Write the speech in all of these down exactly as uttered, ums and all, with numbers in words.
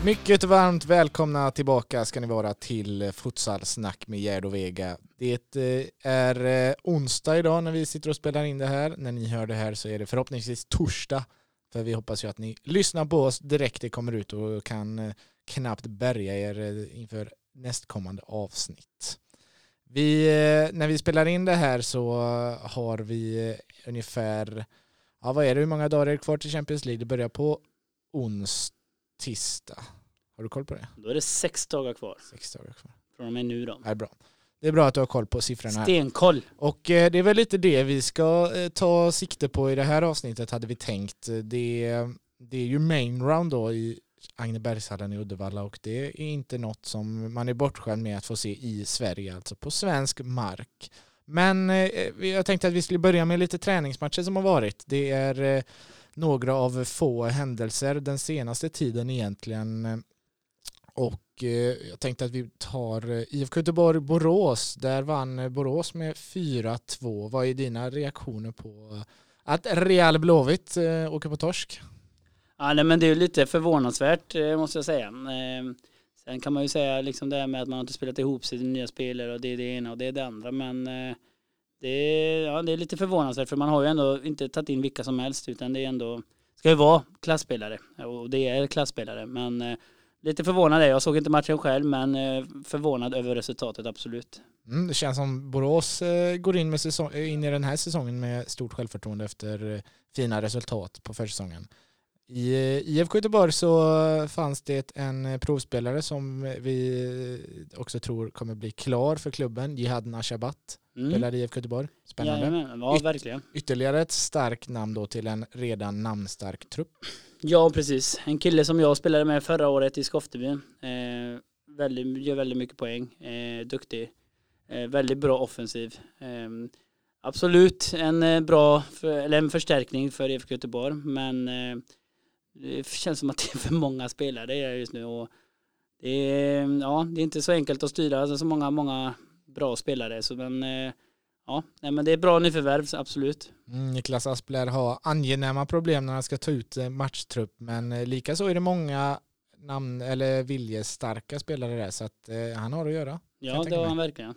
Mycket varmt välkomna tillbaka ska ni vara till Futsalsnack med Gerd och Vega. Det är onsdag idag när vi sitter och spelar in det här. När ni hör det här så är det förhoppningsvis torsdag. För vi hoppas ju att ni lyssnar på oss direkt det kommer ut och kan knappt bärga er inför nästkommande avsnitt. Vi, när vi spelar in det här så har vi ungefär, ja vad är det, hur många dagar är det kvar till Champions League? Det börjar på onsdag. Tisdag. Har du koll på det? Då är det sex dagar kvar. Sex dagar kvar. Från och med nu då. Det är bra. Det är bra att du har koll på siffrorna här. Stenkoll. Och eh, det är väl lite det vi ska eh, ta sikte på i det här avsnittet hade vi tänkt. Det, det är ju main round då i Agnebergshallen i Uddevalla och det är inte något som man är bortskämd med att få se i Sverige, alltså på svensk mark. Men eh, jag tänkte att vi skulle börja med lite träningsmatcher som har varit. Det är eh, några av få händelser den senaste tiden egentligen. Och jag tänkte att vi tar I F K Göteborg-Borås. Där vann Borås med fyra två. Vad är dina reaktioner på att Real Blåvitt åker på torsk? Ja, nej, men det är ju lite förvånansvärt måste jag säga. Sen kan man ju säga liksom det här med att man inte spelat ihop sig nya spelare och det är det ena och det är det andra. Men det är, ja, det är lite förvånansvärt för man har ju ändå inte tagit in vilka som helst utan det är ändå, ska ju vara klassspelare och det är klassspelare. Men eh, lite förvånad är jag, såg inte matchen själv men eh, förvånad över resultatet absolut. Mm, det känns som Borås eh, går in, med säsong, in i den här säsongen med stort självförtroende efter eh, fina resultat på försäsongen. I I F K Göteborg så fanns det en provspelare som vi också tror kommer bli klar för klubben, Jihad Nashabat. Mm. Spelar i I F K Göteborg. Spännande. Jajamän, ja, verkligen. Yt- ytterligare ett starkt namn då till en redan namnstark trupp. Ja, precis. En kille som jag spelade med förra året i Skoftebyn. Eh, väldigt, gör väldigt mycket poäng. Eh, duktig. Eh, väldigt bra offensiv. Eh, absolut en eh, bra för, eller en förstärkning för I F K Göteborg. Men eh, det känns som att det är för många spelare just nu. Och det, är, ja, det är inte så enkelt att styra. Alltså, så många, många bra spelare. Så, men, eh, ja, nej, men det är bra nyförvärv, absolut. Mm, Niklas Asplär har angenäma problem när han ska ta ut matchtrupp. Men eh, lika så är det många namn eller viljestarka spelare där. Så att eh, han har att göra. Ja, det har han verkligen.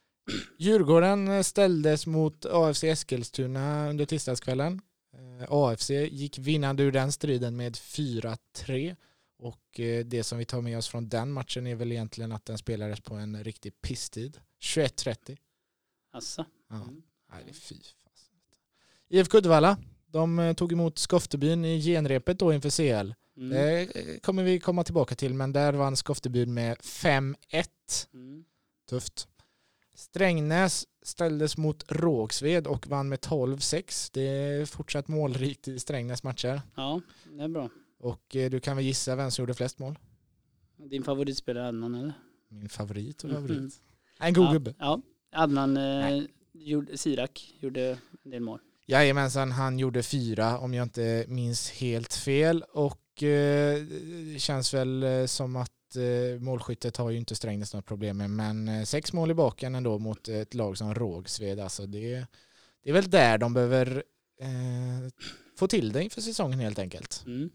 Djurgården ställdes mot A F C Eskilstuna under tisdagskvällen. A F C gick vinnande ur den striden med fyra tre och det som vi tar med oss från den matchen är väl egentligen att den spelades på en riktig pisstid. tjugoett trettio. Asså. Ja. Mm. Nej, det är fy fast. I F K Uddevalla, de tog emot Skoftebyn i genrepet då inför C L. Mm. Det kommer vi komma tillbaka till, men där vann Skoftebyn med fem ett. Mm. Tufft. Strängnäs ställdes mot Rågsved och vann med tolv sex. Det är fortsatt målrikt i Strängnäs matcher. Ja, det är bra. Och eh, du kan väl gissa vem som gjorde flest mål? Din favoritspelare Adnan, eller? Min favorit och favorit. Mm. En god ja, gubbe. Ja, Adnan eh, gjorde, Sirak gjorde en del mål. Jajamensan, han gjorde fyra om jag inte minns helt fel. Och eh, det känns väl som att målskyttet har ju inte Strängnäs något problem med, men sex mål i baken ändå mot ett lag som Rågsved, alltså det, det är väl där de behöver eh, få till det inför säsongen helt enkelt. Mm.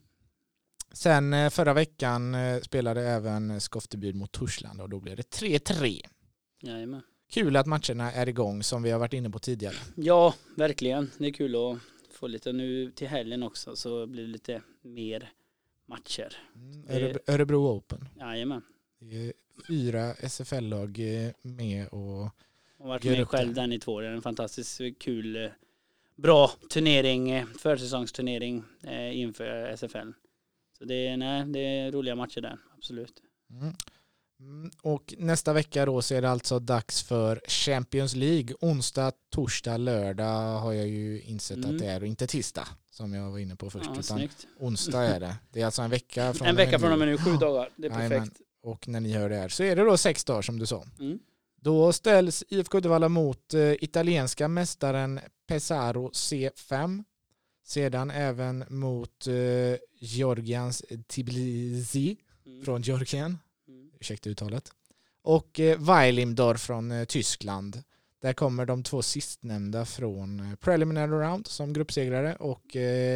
Sen förra veckan spelade även Skoftebyn mot Torslanda och då blev det tre tre. Jajamän. Kul att matcherna är igång som vi har varit inne på tidigare. Ja, verkligen. Det är kul att få lite nu till helgen också så blir det lite mer matcher. Mm, Örebro, Örebro Open. Jajamän. Det är fyra S F L-lag med och... Och varit med själv där i två. Det är en fantastiskt kul, bra turnering, försäsongsturnering eh, inför S F L. Så det är, nej, det är roliga matcher där, absolut. Mm. Mm, och nästa vecka då så är det alltså dags för Champions League. Onsdag, torsdag, lördag har jag ju insett mm. att det är och inte tisdag som jag var inne på först. Ja, utan snyggt. onsdag är det. Det är alltså en vecka från En vecka från och med nu, sju dagar. Det är ja, perfekt. Amen. Och när ni hör det här så är det då sex dagar som du sa. Mm. Då ställs I F K Uddevalla mot eh, italienska mästaren Pesaro C fem. Sedan även mot eh, Georgians Tbilisi mm. från Georgien. Mm. Ursäkta uttalet. Och eh, Weilimdorf från eh, Tyskland. Där kommer de två sistnämnda från eh, Preliminary Round som gruppsegrare. Och eh,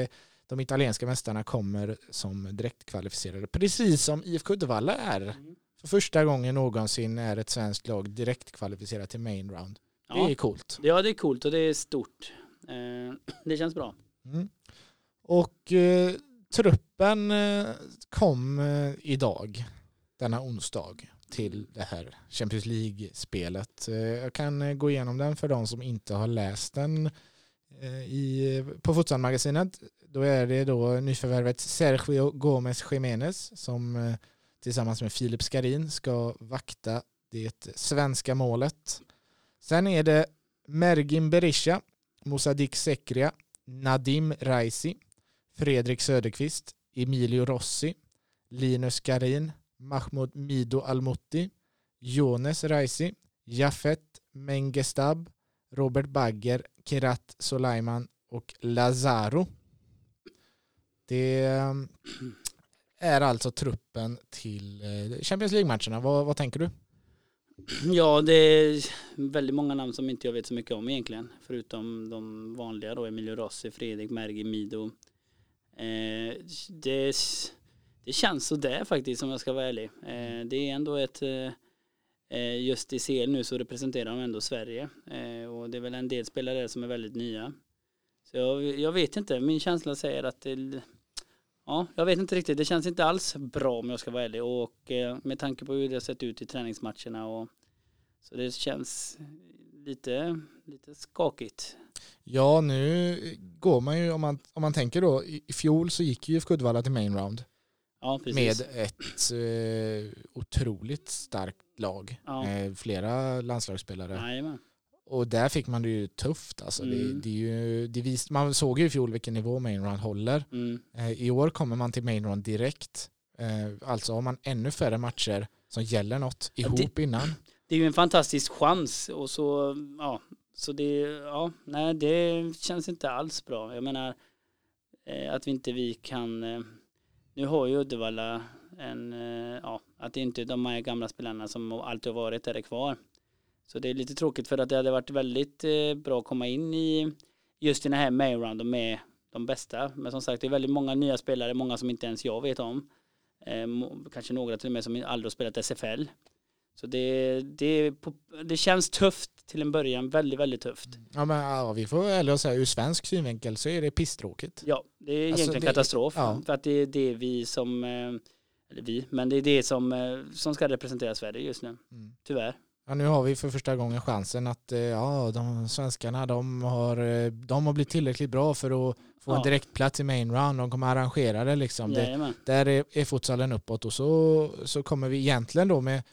de italienska mästarna kommer som direktkvalificerade. Precis som I F K Uddevalla är. Mm. För första gången någonsin är ett svenskt lag direktkvalificerat till main round. Det ja. är coolt. Ja, det är coolt och det är stort. Eh, det känns bra. Mm. Och eh, truppen eh, kom eh, idag, denna onsdag, till det här Champions League-spelet. Eh, jag kan eh, gå igenom den för de som inte har läst den eh, i, på Futsal-magasinet. Då är det då nyförvärvet Sergio Gómez Jiménez som eh, tillsammans med Filip Skarin ska vakta det svenska målet. Sen är det Mergin Berisha, Musadik Sekria, Nadim Raisi, Fredrik Söderqvist, Emilio Rossi, Linus Garin, Mahmoud Mido Almutti, Jonas Raisi, Jafet Mengestab, Robert Bagger, Kirat Soleiman och Lazaro. Det är alltså truppen till Champions League-matcherna. Vad, vad tänker du? Ja, det är väldigt många namn som inte jag vet så mycket om egentligen. Förutom de vanliga då, Emilio Rossi, Fredrik, Mergi, Mido. Eh, det, det känns så där faktiskt, om jag ska vara ärlig. Eh, det är ändå ett... Eh, just i C L nu så representerar de ändå Sverige. Eh, och det är väl en del spelare där som är väldigt nya. Så jag, jag vet inte, min känsla säger att det... Ja, jag vet inte riktigt. Det känns inte alls bra om jag ska vara ärlig. Och eh, med tanke på hur det har sett ut i träningsmatcherna. Och, så det känns lite, lite skakigt. Ja, nu går man ju, om man, om man tänker då, i, i fjol så gick ju I F K Uddevalla till main round. Ja, precis. Med ett eh, otroligt starkt lag. Ja. Med flera landslagsspelare. Jajamän. Och där fick man det ju tufft. Alltså. Mm. Det, det är ju, det vis, man såg ju i fjol vilken nivå main round håller. Mm. Eh, I år kommer man till main round direkt. Eh, alltså har man ännu färre matcher som gäller något ihop det, innan. Det är ju en fantastisk chans. Och så, ja, så det, ja, nej, det känns inte alls bra. Jag menar eh, att vi inte vi kan... Eh, nu har ju Uddevalla en... Eh, ja, att det inte är de här gamla spelarna som alltid har varit där är kvar. Så det är lite tråkigt för att det hade varit väldigt eh, bra att komma in i just i den här main round med de bästa. Men som sagt, det är väldigt många nya spelare, många som inte ens jag vet om. Eh, kanske några till och med som aldrig har spelat S F L. Så det, det, det känns tufft till en början, väldigt, väldigt tufft. Ja, men ja, vi får ärligt säga, ur svensk synvinkel så är det pisstråkigt. Ja, det är egentligen alltså, det, katastrof. Ja. För att det är det vi som, eller vi, men det är det som, som ska representera Sverige just nu. Mm. Tyvärr. Ja, nu har vi för första gången chansen att ja, de svenskarna de har, de har blivit tillräckligt bra för att få ja. en direktplats i main round. De kommer arrangera det. Liksom. det där är, är futsalen uppåt och så, så kommer vi egentligen då med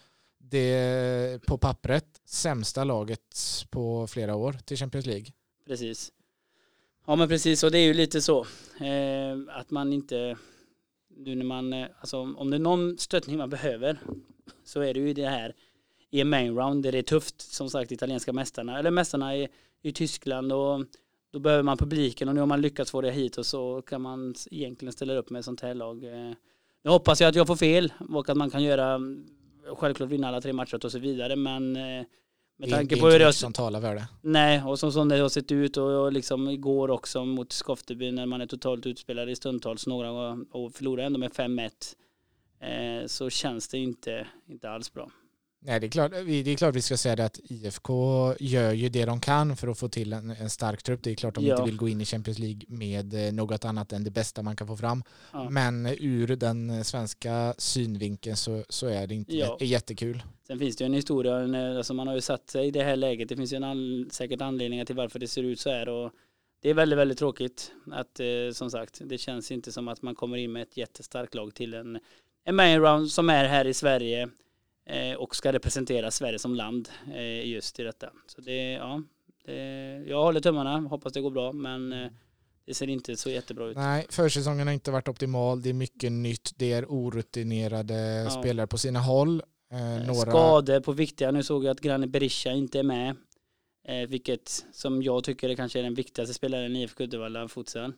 det på pappret sämsta laget på flera år till Champions League. Precis. Ja, men precis. Och det är ju lite så eh, att man inte nu när man, alltså om det är någon stöttning man behöver så är det ju det här i en main round där det är tufft, som sagt, italienska mästarna eller mästarna i, i Tyskland, och då behöver man publiken, och nu har man lyckats få det hit och så kan man egentligen ställa upp med sånt här lag. Nu hoppas jag att jag får fel och att man kan göra självklart vinna alla tre matcher och så vidare, men med tanke på hur det som talar för det. Nej, och som, som det har sett ut och, och liksom igår också mot Skofteby när man är totalt utspelad i stundtals några och, och förlorar ändå med fem ett eh, så känns det inte, inte alls bra. Nej, det är klart, det är klart vi ska säga det att I F K gör ju det de kan för att få till en, en stark trupp. Det är klart de ja. inte vill gå in i Champions League med något annat än det bästa man kan få fram. Ja. Men ur den svenska synvinkeln så, så är det inte ja. jättekul. Sen finns det ju en historia, alltså man har ju satt sig i det här läget. Det finns ju en all, säkert anledningar till varför det ser ut så här, och det är väldigt, väldigt tråkigt att eh, som sagt, det känns inte som att man kommer in med ett jättestarkt lag till en, en main round som är här i Sverige eh, och ska representera Sverige som land eh, just i detta. Så det, ja, det, jag håller tummarna, hoppas det går bra, men eh, det ser inte så jättebra ut. Nej, försäsongen har inte varit optimal. Det är mycket nytt. Det är orutinerade ja. spelare på sina håll. Eh, några... Skador på viktiga. Nu såg jag att Granne Berisha inte är med. Eh, vilket som jag tycker är kanske är den viktigaste spelaren i I F K Uddevalla futsal.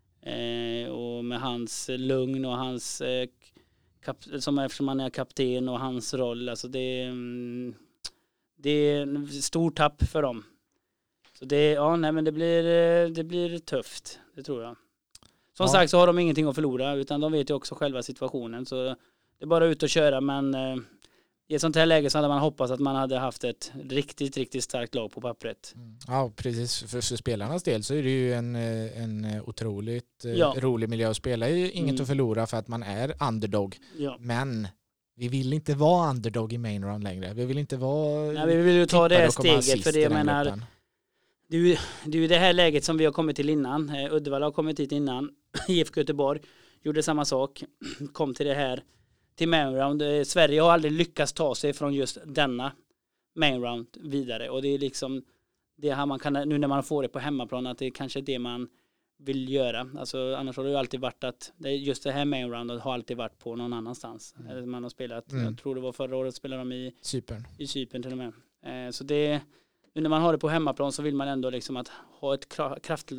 Eh, och med hans lugn och hans eh, kap- som eftersom han är kapten och hans roll, alltså det, mm, det är en stor tapp för dem. Så det, ja, nej, men det blir, det blir tufft, det tror jag. Som ja. sagt så har de ingenting att förlora, utan de vet ju också själva situationen. Så det är bara ut och köra, men eh, i ett sånt här läge så hade man hoppats att man hade haft ett riktigt, riktigt starkt lag på pappret. Mm. Ja, precis. För, för spelarnas del så är det ju en, en otroligt ja. rolig miljö att spela i. Inget mm. att förlora för att man är underdog. Ja. Men vi vill inte vara underdog i main round längre. Vi vill inte vara... Nej, vi vill ju ta det här steget, för det jag menar... Gruppen. Det är, ju, det är ju det här läget som vi har kommit till innan. Eh, Uddevalla har kommit hit innan. I F K Göteborg gjorde samma sak. Kom till det här. Till main round. Eh, Sverige har aldrig lyckats ta sig från just denna main round vidare. Och det är liksom det här man kan, nu när man får det på hemmaplan, att det är kanske det man vill göra. Alltså, annars har det ju alltid varit att det, just det här main round har alltid varit på någon annanstans. Mm. Man har spelat, mm. jag tror det var förra året spelade de i Cypern. I Cypern till och med. Eh, så det nu när man har det på hemmaplan så vill man ändå liksom att ha ett kraft,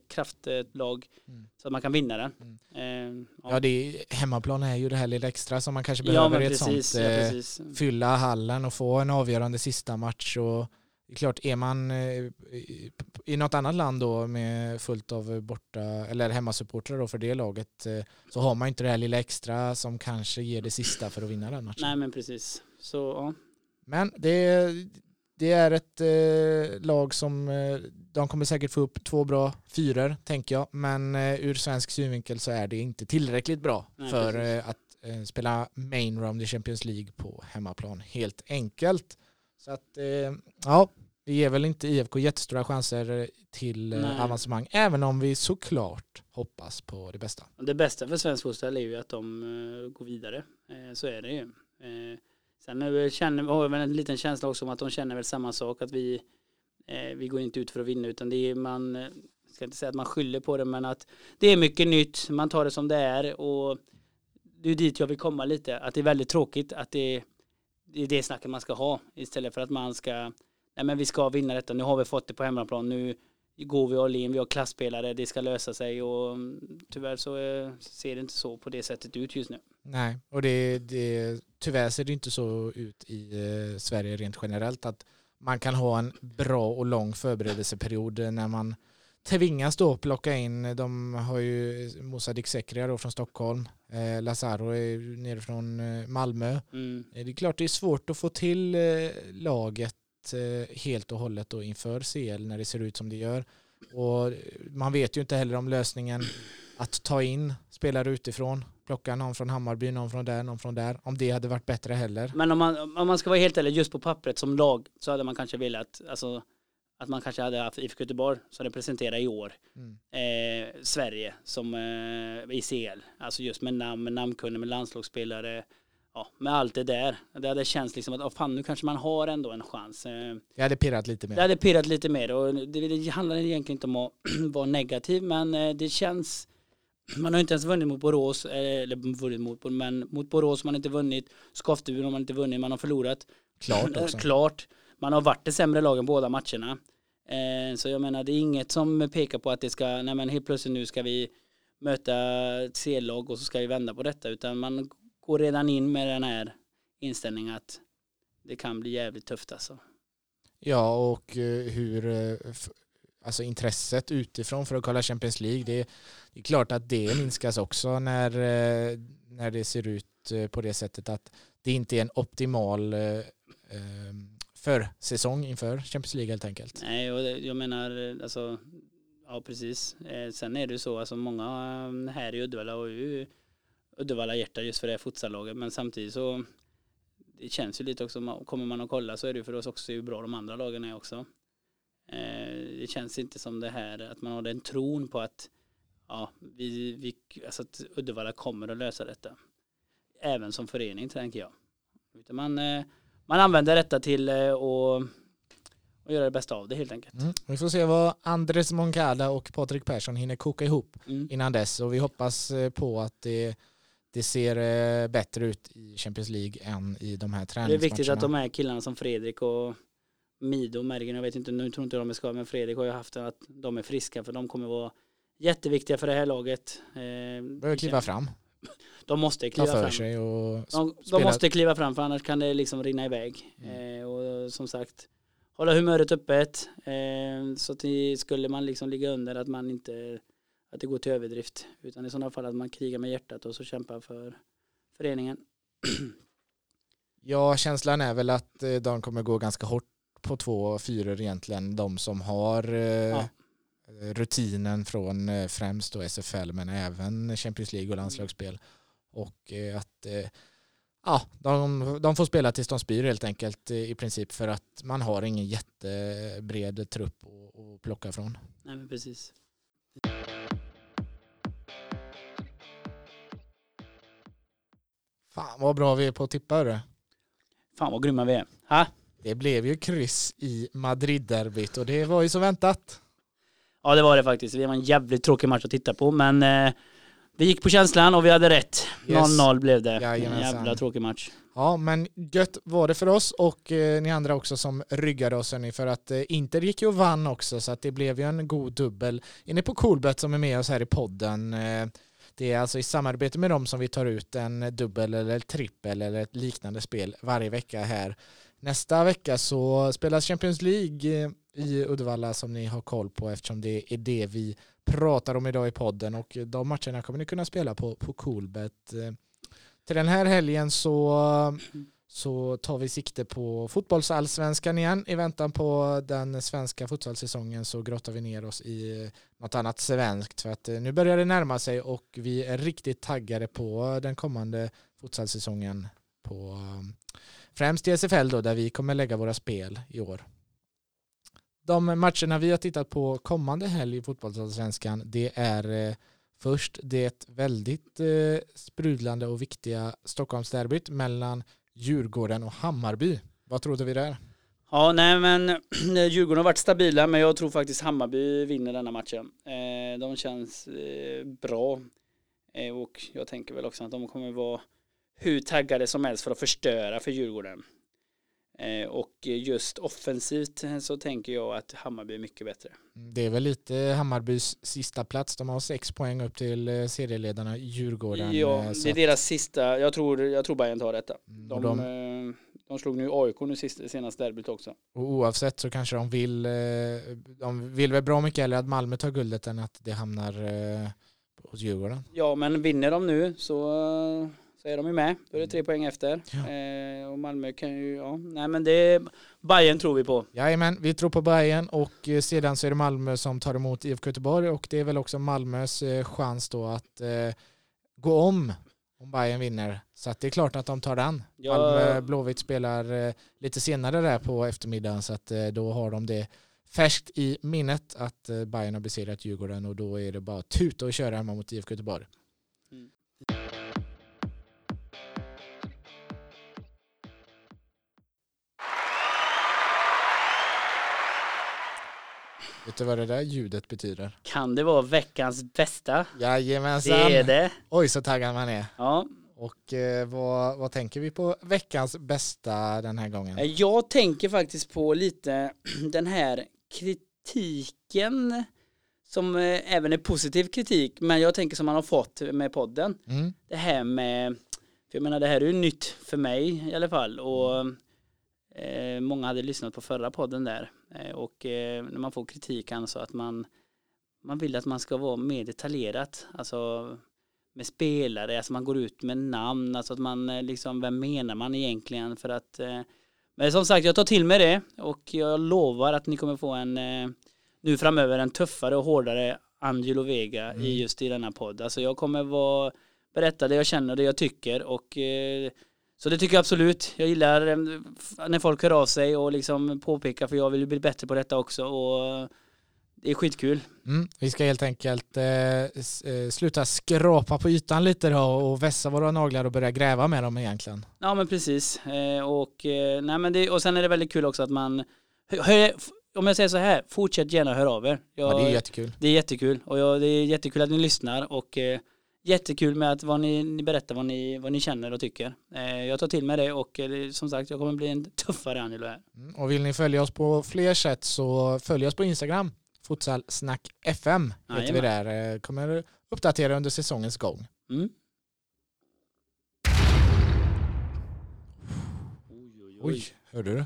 kraftlag mm. så att man kan vinna den. Mm. Eh, ja, ja det är, hemmaplan är ju det här lilla extra som man kanske behöver ja, i ett precis, sånt. Eh, ja, fylla hallen och få en avgörande sista match. Och det är klart, är man eh, i, i något annat land då med fullt av borta eller hemmasupportrar då för det laget eh, så har man inte det här lilla extra som kanske ger det sista för att vinna den matchen. Nej, men precis. Så, ja. Men det Det är ett eh, lag som eh, de kommer säkert få upp två bra fyror, tänker jag. Men eh, ur svensk synvinkel så är det inte tillräckligt bra Nej, för eh, att eh, spela main round i Champions League på hemmaplan. Helt enkelt. Så att, eh, ja, det ger väl inte I F K jättestora chanser till eh, avancemang. Även om vi såklart hoppas på det bästa. Det bästa för svensk fotboll är ju att de uh, går vidare. Eh, så är det ju. Eh, Sen nu känner, har jag en liten känsla också om att de känner väl samma sak, att vi, eh, vi går inte ut för att vinna, utan det är man, ska inte säga att man skyller på det, men att det är mycket nytt, man tar det som det är, och det är dit jag vill komma lite, att det är väldigt tråkigt att det, det är det snacket man ska ha, istället för att man ska, nej men vi ska vinna detta, nu har vi fått det på hemmaplan, nu går vi all in, vi har klasspelare, det ska lösa sig, och tyvärr så eh, ser det inte så på det sättet ut just nu. Nej, och det, det, tyvärr ser det inte så ut i eh, Sverige rent generellt att man kan ha en bra och lång förberedelseperiod när man tvingas då plocka in, de har ju Moussa Sekria då från Stockholm, eh, Lazaro är nere från eh, Malmö. Mm. Det är klart det är svårt att få till eh, laget eh, helt och hållet då inför C L när det ser ut som det gör. Och man vet ju inte heller om lösningen att ta in spelare utifrån, plocka någon från Hammarby, någon från där, någon från där, om det hade varit bättre heller. Men om man, om man ska vara helt ärlig, just på pappret som lag så hade man kanske velat, alltså att man kanske hade haft I F K Göteborg som representerar i år mm. eh, Sverige som eh, i C L, alltså just med namn, med namnkunder, med landslagsspelare, ja, med allt det där. Det hade känts liksom att oh, fan, nu kanske man har ändå en chans. Eh, det hade pirrat lite mer. Det hade pirrat lite mer, och det, det handlar egentligen inte om att vara negativ, men eh, det känns, man har inte ens vunnit mot Borås, eller vunnit mot, men mot Borås har man inte vunnit, Skoftebyn har man inte vunnit, man har förlorat. Klart också. Klart. Man har varit det sämre lagen båda matcherna. Eh, så jag menar, det är inget som pekar på att det ska, nej men helt plötsligt nu ska vi möta ett C-lag och så ska vi vända på detta, utan man går redan in med den här inställningen att det kan bli jävligt tufft alltså. Ja, och hur alltså intresset utifrån för att kolla Champions League, det är, det är klart att det minskas också när, när det ser ut på det sättet att det inte är en optimal eh, för säsong inför Champions League helt enkelt. Nej, och jag menar alltså, ja precis. Eh, sen är det ju så, alltså många här i Uddevalla har ju Uddevalla hjärta just för det här futsallaget, men samtidigt så det känns ju lite också, kommer man att kolla så är det för oss också hur bra de andra lagen är också. Eh, det känns inte som det här att man har den tron på att ja, vi, vi, alltså att Uddevalla kommer att lösa detta. Även som förening, tänker jag. Utan man, eh, man använder detta till eh, och, och göra det bästa av det helt enkelt. Mm. Vi får se vad Andres Moncada och Patrik Persson hinner koka ihop mm. innan dess, och vi hoppas på att det Det ser bättre ut i Champions League än i de här träningsmatcherna. Det är viktigt att de här killarna som Fredrik och Mido, Mergen, jag vet inte, nu tror inte de är skadade, men Fredrik har ju haft att de är friska, för de kommer vara jätteviktiga för det här laget. Börjar kliva fram. De måste kliva fram. Sig och de, de måste kliva fram, för annars kan det liksom rinna iväg. Mm. Och som sagt, hålla humöret öppet. Så att det skulle man liksom ligga under, att man inte att det går till överdrift. Utan i sådana fall att man krigar med hjärtat och så kämpar för föreningen. Ja, känslan är väl att de kommer gå ganska hårt på två fyror egentligen. De som har ja. rutinen från främst då S F L men även Champions League och landslagsspel. Och att ja, de, de får spela tills de spyr helt enkelt i princip för att man har ingen jättebred trupp att, att plocka från. Nej, men precis. Fan vad bra vi är på att tippa det. Fan vad grymma vi är. Ha? Det blev ju kryss i Madrid-derbyt och det var ju så väntat. Ja, det var det faktiskt. Det var en jävligt tråkig match att titta på, men eh, vi gick på känslan och vi hade rätt. Yes. noll noll blev det. Jajamensan. En jävla tråkig match. Ja, men gött var det för oss och eh, ni andra också som ryggade oss hörni, för att eh, Inter gick ju och vann också så att det blev ju en god dubbel. Inne på Coolbet som är med oss här i podden. Eh, det är alltså i samarbete med dem som vi tar ut en dubbel eller trippel eller ett liknande spel varje vecka här. Nästa vecka så spelas Champions League i Uddevalla som ni har koll på eftersom det är det vi pratar om idag i podden och de matcherna kommer ni kunna spela på, på Coolbet. Till den här helgen så, så tar vi sikte på fotbollsallsvenskan igen. I väntan på den svenska futsalsäsongen så grottar vi ner oss i något annat svenskt för att nu börjar det närma sig och vi är riktigt taggade på den kommande futsalsäsongen på främst i S F L då, där vi kommer lägga våra spel i år. De matcherna vi har tittat på kommande helg i fotbollsallsvenskan, det är eh, först det väldigt eh, sprudlande och viktiga Stockholmsderbyt mellan Djurgården och Hammarby. Vad trodde vi där? Ja, nej men Djurgården har varit stabila, men jag tror faktiskt Hammarby vinner denna matchen. Eh, de känns eh, bra eh, och jag tänker väl också att de kommer vara hur taggade som helst för att förstöra för Djurgården. Eh, och just offensivt så tänker jag att Hammarby är mycket bättre. Det är väl lite Hammarbys sista plats. De har sex poäng upp till serieledarna Djurgården. Ja, det är deras sista. Jag tror, jag tror Bayern tar detta. De, de, de, de slog nu A I K nu sist, senaste derbyt också. Och oavsett så kanske de vill de vill väl bra mycket eller att Malmö tar guldet än att det hamnar hos Djurgården. Ja, men vinner de nu så... Så är de ju med. Då är det tre poäng efter. Ja. Eh, och Malmö kan ju... Ja. Nej, men det är... Bayern tror vi på. Jajamän, vi tror på Bayern. Och sedan så är det Malmö som tar emot I F K Göteborg. Och det är väl också Malmös eh, chans då att eh, gå om om Bayern vinner. Så att det är klart att de tar den. Ja. Malmö Blåvitt spelar eh, lite senare där på eftermiddagen. Så att eh, då har de det färskt i minnet att eh, Bayern har besegrat Djurgården. Och då är det bara tuta och köra hemma mot I F K Göteborg. Mm. Vet du vad det där ljudet betyder? Kan det vara veckans bästa? Jajamensan. Det är det. Oj, så taggad man är. Ja. Och eh, vad, vad tänker vi på veckans bästa den här gången? Jag tänker faktiskt på lite den här kritiken som eh, även är positiv kritik, men jag tänker som man har fått med podden. Mm. Det här med, för jag menar det här är ju nytt för mig i alla fall och eh, många hade lyssnat på förra podden där. Och eh, när man får kritik alltså att man, man vill att man ska vara mer detaljerat, alltså med spelare, alltså man går ut med namn, alltså att man liksom, vem menar man egentligen för att, eh, men som sagt jag tar till mig det och jag lovar att ni kommer få en, eh, nu framöver en tuffare och hårdare Angelo Vega mm. i just i denna podd, alltså jag kommer vara, berätta det jag känner och det jag tycker och eh, så det tycker jag absolut. Jag gillar när folk hör av sig och liksom påpekar för jag vill bli bättre på detta också och det är skitkul. Mm, vi ska helt enkelt eh, sluta skrapa på ytan lite då och vässa våra naglar och börja gräva med dem egentligen. Ja men precis. Eh, och, eh, nej, men det, och sen är det väldigt kul också att man, hör, om jag säger så här, fortsätt gärna höra av er. Jag, ja det är jättekul. Det är jättekul och jag, det är jättekul att ni lyssnar och eh, jättekul med att vad ni, ni berättar vad ni, vad ni känner och tycker. Eh, jag tar till mig det och eh, som sagt jag kommer bli en tuffare Angelo här. Mm, och vill ni följa oss på fler sätt så följ oss på Instagram. Futsalsnack F M heter ja, vi där. Eh, kommer uppdatera under säsongens gång. Mm. Oj, oj, oj. Oj, hörde du? Ja, det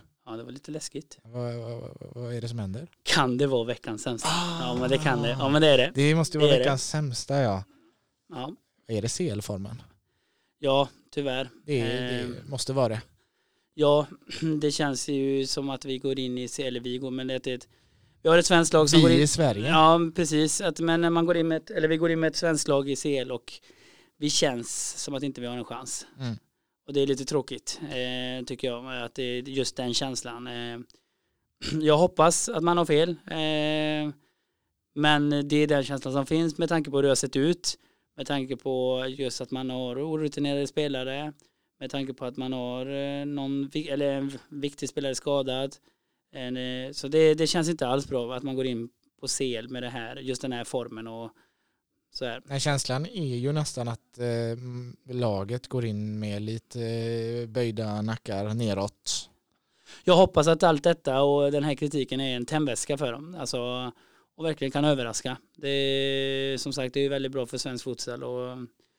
det var lite läskigt. Vad, vad, vad är det som händer? Kan det vara veckans sämsta? Ah, ja, men det kan det. Ja, men det är det. Det måste ju vara det veckans det. sämsta, ja. Ja. Är det C L-formen? Ja, tyvärr. Det, är, eh, det måste vara det. Ja, det känns ju som att vi går in i C L, vi går, men det är ett, vi har ett svenskt lag som vi går in i Sverige. Ja, precis. Att, men när man går in med ett, eller vi går in med ett svenskt lag i C L och vi känns som att inte vi har en chans. Mm. Och det är lite tråkigt, eh, tycker jag, att det är just den känslan. Eh, jag hoppas att man har fel, eh, men det är den känslan som finns med tanke på hur det har sett ut, med tanke på just att man har orutinerade spelare, med tanke på att man har eh, någon eller en viktig spelare skadad. En, eh, så det, det känns inte alls bra att man går in på C L med det här, just den här formen och så här. Men känslan är ju nästan att eh, laget går in med lite eh, böjda nackar neråt. Jag hoppas att allt detta och den här kritiken är en tändvätska för dem. Alltså, och verkligen kan överraska. Det är, som sagt, det är väldigt bra för svensk futsal. Och,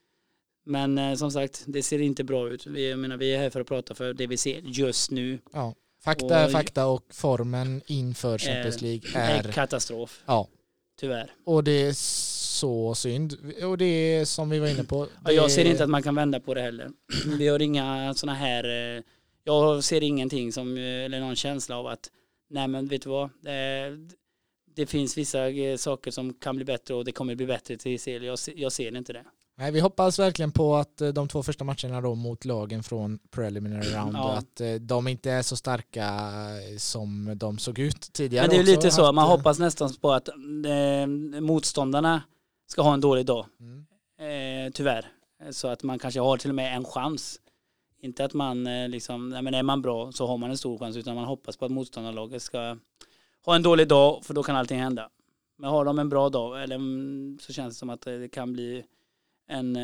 men eh, som sagt, det ser inte bra ut. Vi, jag menar, vi är här för att prata för det vi ser just nu. Ja. Fakta, och, fakta och formen inför Champions League är... är katastrof. Ja. Tyvärr. Och det är så synd. Och det är som vi var inne på. Ja, jag ser inte att man kan vända på det heller. Vi har inga såna här... Jag ser ingenting som, eller någon känsla av att nej, men vet du vad? Det, det finns vissa saker som kan bli bättre och det kommer bli bättre till C L. Jag, jag ser inte det. Nej, vi hoppas verkligen på att de två första matcherna då mot lagen från preliminary round, ja. att de inte är så starka som de såg ut tidigare. Men det är ju lite så, haft... man hoppas nästan på att eh, motståndarna ska ha en dålig dag. Mm. Eh, tyvärr. Så att man kanske har till och med en chans. Inte att man eh, liksom, nej, men är man bra så har man en stor chans, utan man hoppas på att motståndarlaget ska ha en dålig dag, för då kan allting hända. Men har de en bra dag, eller så känns det som att det kan bli en,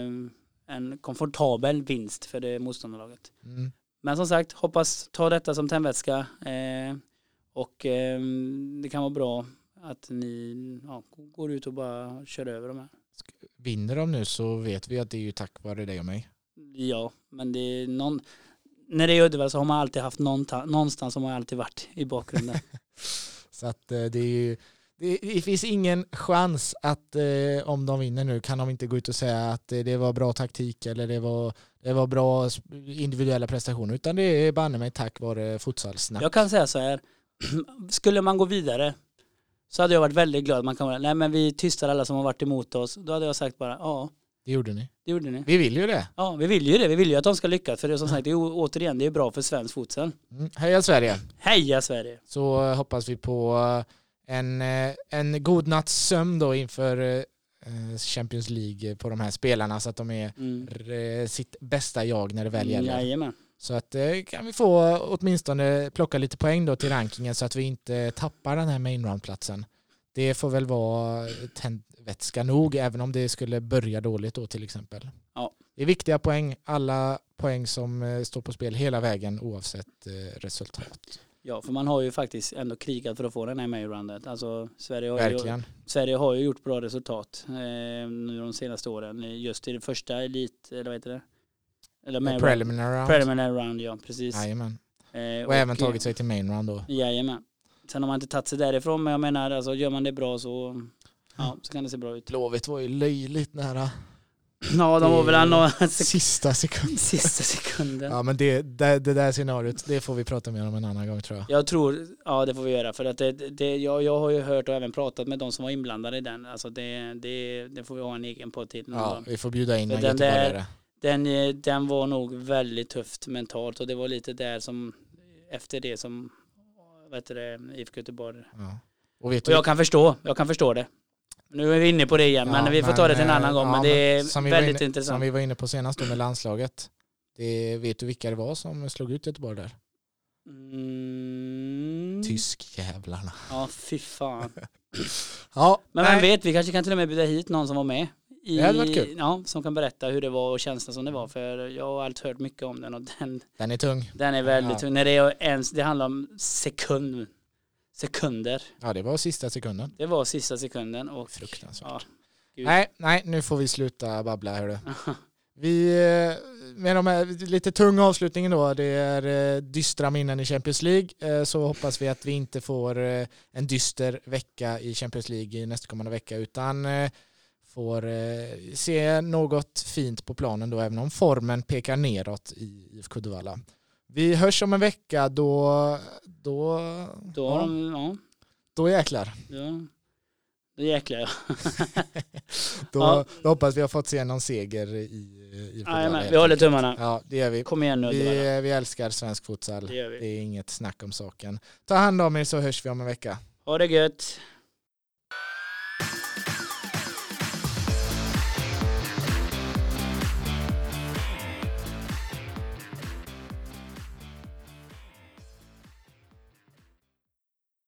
en komfortabel vinst för det motståndarlaget. Mm. Men som sagt, hoppas ta detta som tändvätska eh, och eh, det kan vara bra att ni ja, går ut och bara kör över dem här. Vinner de nu så vet vi att det är ju tack vare dig och mig. Ja, men det är någon, när det är Uddevalla så har man alltid haft någon, någonstans som har alltid varit i bakgrunden. Så att det är ju Det, det finns ingen chans att eh, om de vinner nu kan de inte gå ut och säga att eh, det var bra taktik eller det var, det var bra individuella prestationer, utan det är banne mig tack vare futsalsnack. Jag kan säga så här, skulle man gå vidare så hade jag varit väldigt glad. Man kan vara, nej men vi tystar alla som har varit emot oss. Då hade jag sagt bara, ja. Det gjorde ni. Det gjorde ni. Vi vill ju det. Ja, vi vill ju det. Vi vill ju att de ska lyckas. För det är som sagt, det är återigen, det är bra för svensk futsal. Mm. Heja Sverige. Heja Sverige. Så hoppas vi på en, en god natts sömn då inför Champions League på de här spelarna, så att de är mm. sitt bästa jag när det väl gäller. Jajamän. Så att kan vi få åtminstone plocka lite poäng då till rankingen, så att vi inte tappar den här main round-platsen. Det får väl vara tändvätska nog, även om det skulle börja dåligt då till exempel. Ja. Det är viktiga poäng, alla poäng som står på spel hela vägen oavsett resultat. Ja, för man har ju faktiskt ändå krigat för att få den här main roundet. Alltså Sverige har, Verkligen. ju, Sverige har ju gjort bra resultat eh, nu de senaste åren. Just i det första elit, eller vad heter det? Eller main preliminary round. Preliminary round, ja, precis. Jajamän. Eh, och, och även tagit sig till main round då. Jajamän. Sen har man inte tagit sig därifrån, men jag menar, alltså, gör man det bra så, ja, så kan det se bra ut. Blåvitt var ju löjligt nära. Ja, de var väl ändå sista sekunden. Sista sekunden. Ja, men det, det, det där scenariot, det får vi prata mer om en annan gång, tror jag. Jag tror, ja, det får vi göra. För att det, det, jag, jag har ju hört och även pratat med de som var inblandade i den. Alltså det, det, det får vi ha en egen på till. Ja, gång. Vi får bjuda in en den, göteborgare. Den, den var nog väldigt tufft mentalt, och det var lite där som, efter det som, vad heter det, I F K Göteborg. Ja. Och, vet och jag kan förstå, jag kan förstå det. Nu är vi inne på det igen, ja, men vi får men, ta det till en annan gång. Ja, men det är men väldigt inne, intressant. Som vi var inne på senast med landslaget. Det, vet du vilka det var som slog ut Göteborg där? Mm. Tyskjävlarna. Ja, fy fan. Ja, men man vet, vi kanske kan till och med bjuda hit någon som var med. I, det hade varit kul. Ja, som kan berätta hur det var och känslan som det var. För jag har alltid hört mycket om den. Och den, den är tung. Den är väldigt ja. tung. När det, är ens, det handlar om sekund, sekunder. Ja, det var sista sekunden. Det var sista sekunden. Och, fruktansvärt. Ja, nej, nej, nu får vi sluta babbla. Hörru. Vi, med de här lite tunga avslutningen då, det är dystra minnen i Champions League, så hoppas vi att vi inte får en dyster vecka i Champions League i nästkommande vecka, utan får se något fint på planen då, även om formen pekar neråt i I F K Uddevalla. Vi hörs om en vecka, då då, då, ja, ja. då jäklar. Ja. Då jäklar jag. då, ja. då hoppas vi har fått se någon seger i, i ja, men, vi håller tummarna. Ja, det gör vi. Kom igen nu. Vi, vi älskar svensk futsal. Det gör vi. Det är inget snack om saken. Ta hand om er, så hörs vi om en vecka. Ha det gött.